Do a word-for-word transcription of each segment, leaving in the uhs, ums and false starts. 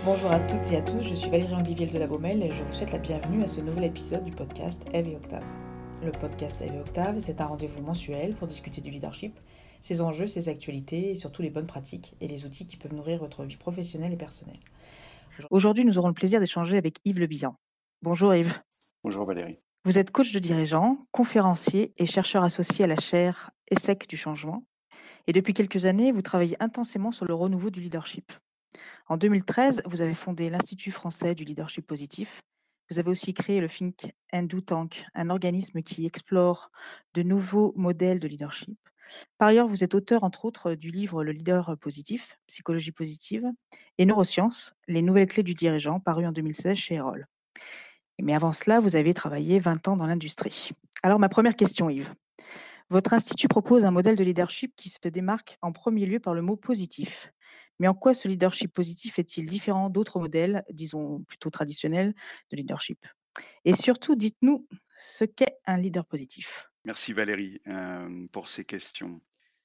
Bonjour à toutes et à tous, je suis Valérie Angliviel de la Baumelle et je vous souhaite la bienvenue à ce nouvel épisode du podcast Eve et Octave. Le podcast Eve et Octave, c'est un rendez-vous mensuel pour discuter du leadership, ses enjeux, ses actualités et surtout les bonnes pratiques et les outils qui peuvent nourrir votre vie professionnelle et personnelle. Aujourd'hui, nous aurons le plaisir d'échanger avec Yves Le Bihan. Bonjour Yves. Bonjour Valérie. Vous êtes coach de dirigeants, conférencier et chercheur associé à la chaire ESSEC du changement. Et depuis quelques années, vous travaillez intensément sur le renouveau du leadership. En deux mille treize, vous avez fondé l'Institut français du leadership positif. Vous avez aussi créé le Think and Do Tank, un organisme qui explore de nouveaux modèles de leadership. Par ailleurs, vous êtes auteur, entre autres, du livre Le leader positif, psychologie positive, et neurosciences, les nouvelles clés du dirigeant, paru en deux mille seize chez Erol. Mais avant cela, vous avez travaillé vingt ans dans l'industrie. Alors, ma première question, Yves. Votre institut propose un modèle de leadership qui se démarque en premier lieu par le mot positif. Mais en quoi ce leadership positif est-il différent d'autres modèles, disons plutôt traditionnels, de leadership? Et surtout, dites-nous ce qu'est un leader positif. Merci Valérie euh, pour ces questions.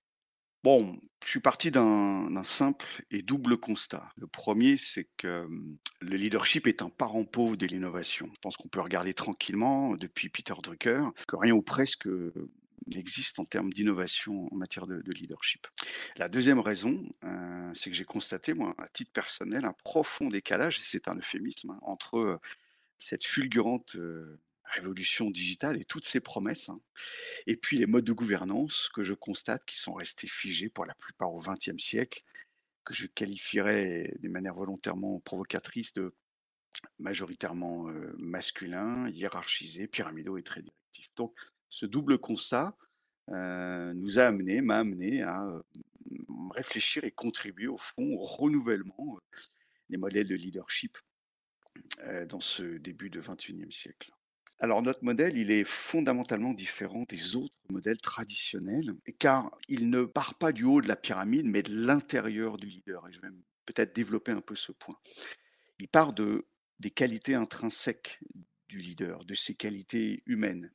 Bon, je suis parti d'un d'un simple et double constat. Le premier, c'est que hum, le leadership est un parent pauvre de l'innovation. Je pense qu'on peut regarder tranquillement depuis Peter Drucker que rien ou presque euh, n'existe en termes d'innovation en matière de, de leadership. La deuxième raison, euh, c'est que j'ai constaté, moi, à titre personnel, un profond décalage, et c'est un euphémisme, hein, entre euh, cette fulgurante euh, révolution digitale et toutes ses promesses, hein, et puis les modes de gouvernance que je constate qui sont restés figés pour la plupart au vingtième siècle, que je qualifierais de manière volontairement provocatrice de majoritairement euh, masculins, hiérarchisés, pyramidaux et très directifs. Donc ce double constat euh, nous a amené, m'a amené à euh, réfléchir et contribuer au fond au renouvellement euh, des modèles de leadership euh, dans ce début de vingt et unième siècle. Alors notre modèle, il est fondamentalement différent des autres modèles traditionnels, car il ne part pas du haut de la pyramide, mais de l'intérieur du leader. Et je vais peut-être développer un peu ce point. Il part de, des qualités intrinsèques du leader, de ses qualités humaines,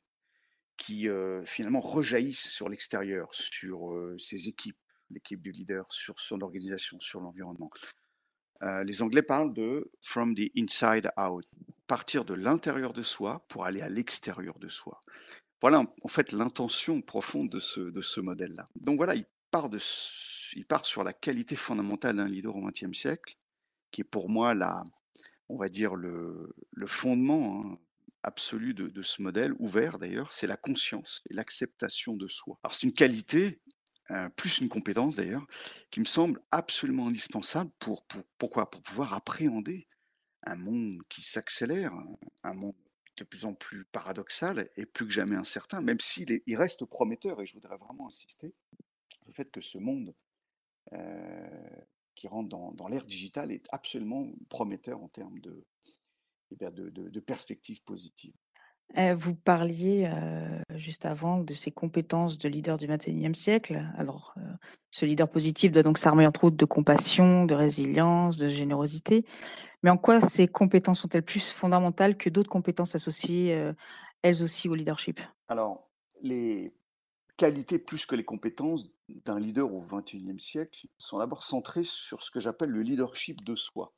qui euh, finalement rejaillissent sur l'extérieur, sur euh, ses équipes, l'équipe du leader, sur son organisation, sur l'environnement. Euh, les Anglais parlent de from the inside out, partir de l'intérieur de soi pour aller à l'extérieur de soi. Voilà en fait l'intention profonde de ce, de ce modèle-là. Donc voilà, il part, de, il part sur la qualité fondamentale d'un leader au vingtième siècle, qui est pour moi la, on va dire le, le fondement hein, absolu de, de ce modèle, ouvert d'ailleurs, c'est la conscience et l'acceptation de soi. Alors c'est une qualité, euh, plus une compétence d'ailleurs, qui me semble absolument indispensable pour, pour pourquoi Pour pouvoir appréhender un monde qui s'accélère, un monde de plus en plus paradoxal et plus que jamais incertain, même s'il est, il reste prometteur. Et je voudrais vraiment insister sur le fait que ce monde euh, qui rentre dans, dans l'ère digitale est absolument prometteur en termes de, eh bien, de, de, de perspectives positives. Euh, vous parliez euh, juste avant de ces compétences de leader du vingt et unième siècle. Alors, euh, ce leader positif doit donc s'armer entre autres de compassion, de résilience, de générosité. Mais en quoi ces compétences sont-elles plus fondamentales que d'autres compétences associées, euh, elles aussi, au leadership? Alors, les qualités plus que les compétences d'un leader au vingt et unième siècle sont d'abord centrées sur ce que j'appelle le leadership de soi.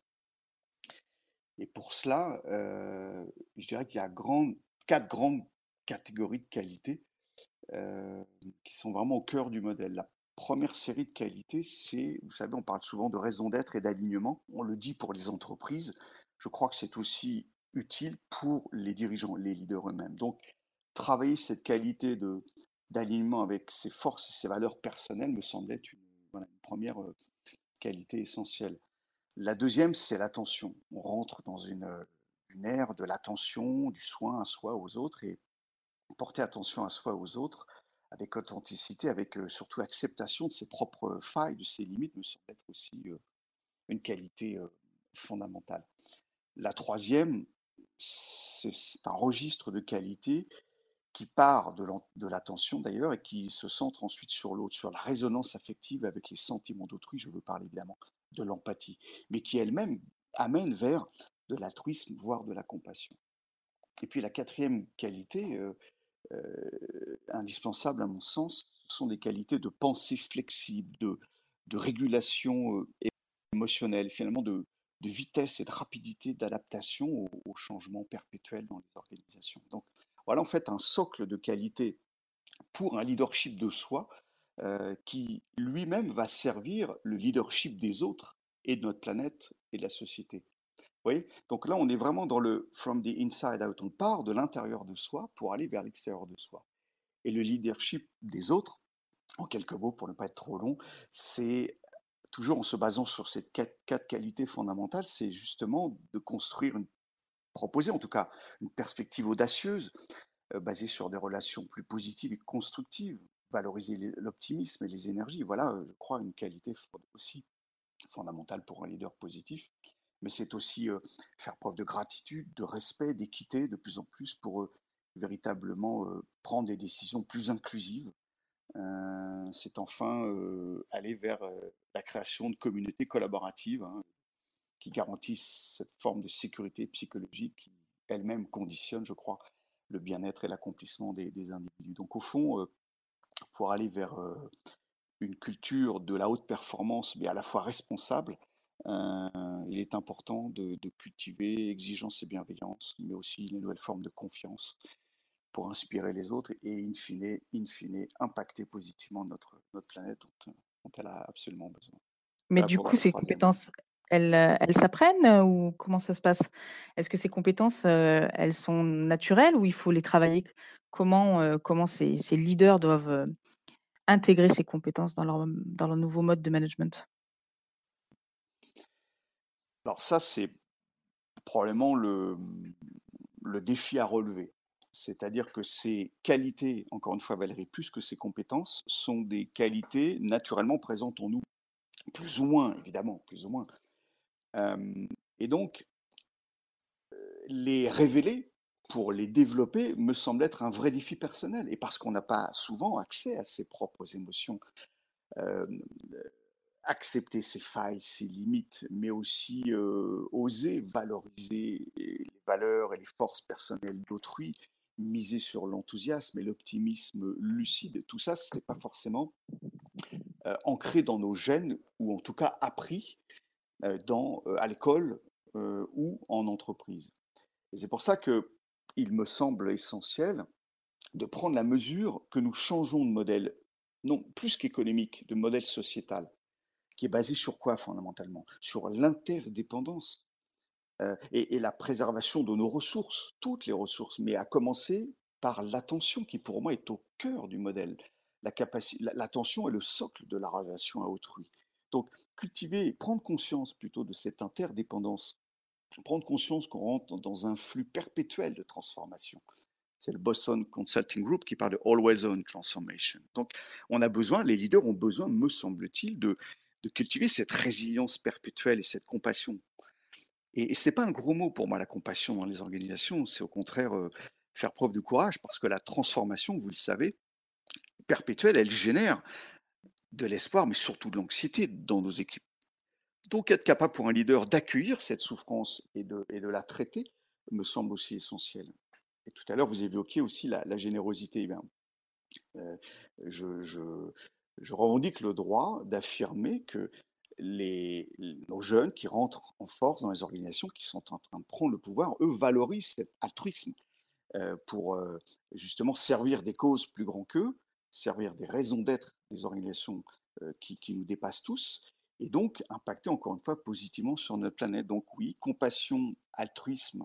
Et pour cela, euh, je dirais qu'il y a grand- quatre grandes catégories de qualités euh, qui sont vraiment au cœur du modèle. La première série de qualités, c'est, vous savez, on parle souvent de raison d'être et d'alignement. On le dit pour les entreprises. Je crois que c'est aussi utile pour les dirigeants, les leaders eux-mêmes. Donc, travailler cette qualité de, d'alignement avec ses forces et ses valeurs personnelles me semble être une, voilà, une première euh, qualité essentielle. La deuxième, c'est l'attention. On rentre dans une, euh, une ère de l'attention, du soin à soi, aux autres, et porter attention à soi, aux autres, avec authenticité, avec euh, surtout acceptation de ses propres failles, de ses limites, me semble être aussi euh, une qualité euh, fondamentale. La troisième, c'est c'est un registre de qualité qui part de l'en- de l'attention d'ailleurs et qui se centre ensuite sur l'autre, sur la résonance affective avec les sentiments d'autrui. Je veux parler évidemment de l'empathie, mais qui elle-même amène vers de l'altruisme, voire de la compassion. Et puis la quatrième qualité, euh, euh, indispensable à mon sens, ce sont des qualités de pensée flexible, de, de régulation euh, émotionnelle, finalement de, de vitesse et de rapidité d'adaptation aux, aux changements perpétuels dans les organisations. Donc voilà en fait un socle de qualité pour un leadership de soi euh, qui lui-même va servir le leadership des autres et de notre planète et de la société. Vous voyez? Donc là, on est vraiment dans le from the inside out. On part de l'intérieur de soi pour aller vers l'extérieur de soi. Et le leadership des autres, en quelques mots pour ne pas être trop long, c'est toujours en se basant sur ces quatre, quatre qualités fondamentales, c'est justement de construire, une, proposer en tout cas une perspective audacieuse, euh, basée sur des relations plus positives et constructives, valoriser les- l'optimisme et les énergies. Voilà, euh, je crois, une qualité aussi fondamentale pour un leader positif. Mais c'est aussi euh, faire preuve de gratitude, de respect, d'équité de plus en plus pour euh, véritablement euh, prendre des décisions plus inclusives. Euh, c'est enfin euh, aller vers euh, la création de communautés collaboratives, hein, qui garantissent cette forme de sécurité psychologique qui elle-même conditionne, je crois, le bien-être et l'accomplissement des, des individus. Donc au fond, euh, pour aller vers euh, une culture de la haute performance, mais à la fois responsable, euh, il est important de, de cultiver exigence et bienveillance, mais aussi les nouvelles formes de confiance pour inspirer les autres et, in fine, in fine impacter positivement notre, notre planète dont, dont elle a absolument besoin. Mais Ça du répondra à coup, votre ces troisième. compétences, elles, euh, elles s'apprennent euh, ou comment ça se passe? Est-ce que ces compétences, euh, elles sont naturelles ou il faut les travailler? Comment, euh, comment ces, ces leaders doivent euh, intégrer ces compétences dans leur, dans leur nouveau mode de management? Alors ça, c'est probablement le, le défi à relever. C'est-à-dire que ces qualités, encore une fois Valérie, plus que ces compétences, sont des qualités naturellement présentes en nous, plus ou moins, évidemment, plus ou moins. Euh, et donc, les révéler pour les développer me semble être un vrai défi personnel. Et parce qu'on n'a pas souvent accès à ses propres émotions, euh, accepter ses failles, ses limites, mais aussi euh, oser valoriser les valeurs et les forces personnelles d'autrui, miser sur l'enthousiasme et l'optimisme lucide. Tout ça, ce n'est pas forcément euh, ancré dans nos gènes, ou en tout cas appris euh, dans, euh, à l'école euh, ou en entreprise. Et c'est pour ça que il me semble essentiel de prendre la mesure que nous changeons de modèle, non plus qu'économique, de modèle sociétal, qui est basé sur quoi fondamentalement? Sur l'interdépendance euh, et, et la préservation de nos ressources, toutes les ressources, mais à commencer par l'attention qui pour moi est au cœur du modèle. La capacité, l'attention est le socle de la relation à autrui. Donc cultiver et prendre conscience plutôt de cette interdépendance, prendre conscience qu'on rentre dans un flux perpétuel de transformation. C'est le Boston Consulting Group qui parle de Always On Transformation. Donc, on a besoin, les leaders ont besoin, me semble-t-il, de, de cultiver cette résilience perpétuelle et cette compassion. Et, et ce n'est pas un gros mot pour moi, la compassion dans les organisations, c'est au contraire euh, faire preuve de courage, parce que la transformation, vous le savez, perpétuelle, elle génère de l'espoir, mais surtout de l'anxiété dans nos équipes. Donc, être capable pour un leader d'accueillir cette souffrance et de, et de la traiter me semble aussi essentiel. Et tout à l'heure, vous évoquiez aussi la, la générosité. Eh bien, euh, je, je, je revendique le droit d'affirmer que les, nos jeunes qui rentrent en force dans les organisations, qui sont en train de prendre le pouvoir, eux valorisent cet altruisme euh, pour euh, justement servir des causes plus grands qu'eux, servir des raisons d'être des organisations euh, qui, qui nous dépassent tous, et donc impacter encore une fois positivement sur notre planète. Donc oui, compassion, altruisme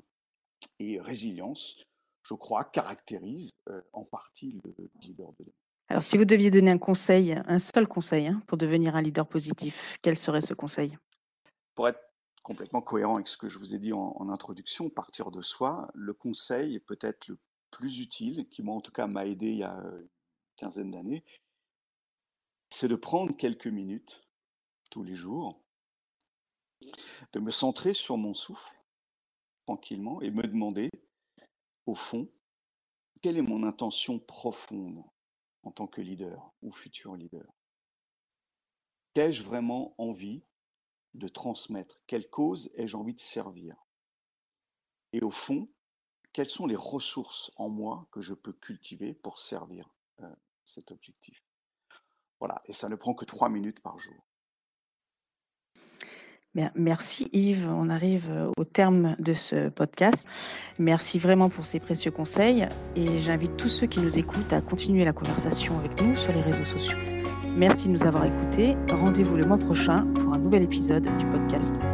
et résilience, je crois, caractérisent euh, en partie le leader de demain. Alors, si vous deviez donner un conseil, un seul conseil hein, pour devenir un leader positif, quel serait ce conseil? Pour être complètement cohérent avec ce que je vous ai dit en, en introduction, partir de soi, le conseil est peut-être le plus utile, qui moi en tout cas m'a aidé il y a une quinzaine d'années, c'est de prendre quelques minutes tous les jours, de me centrer sur mon souffle tranquillement et me demander, au fond, quelle est mon intention profonde en tant que leader ou futur leader? Qu'ai-je vraiment envie de transmettre? Quelle cause ai-je envie de servir? Et au fond, quelles sont les ressources en moi que je peux cultiver pour servir euh, cet objectif? Voilà, et ça ne prend que trois minutes par jour. Bien, merci Yves, on arrive euh, au terme de ce podcast. Merci vraiment pour ces précieux conseils et j'invite tous ceux qui nous écoutent à continuer la conversation avec nous sur les réseaux sociaux. Merci de nous avoir écoutés. Rendez-vous le mois prochain pour un nouvel épisode du podcast.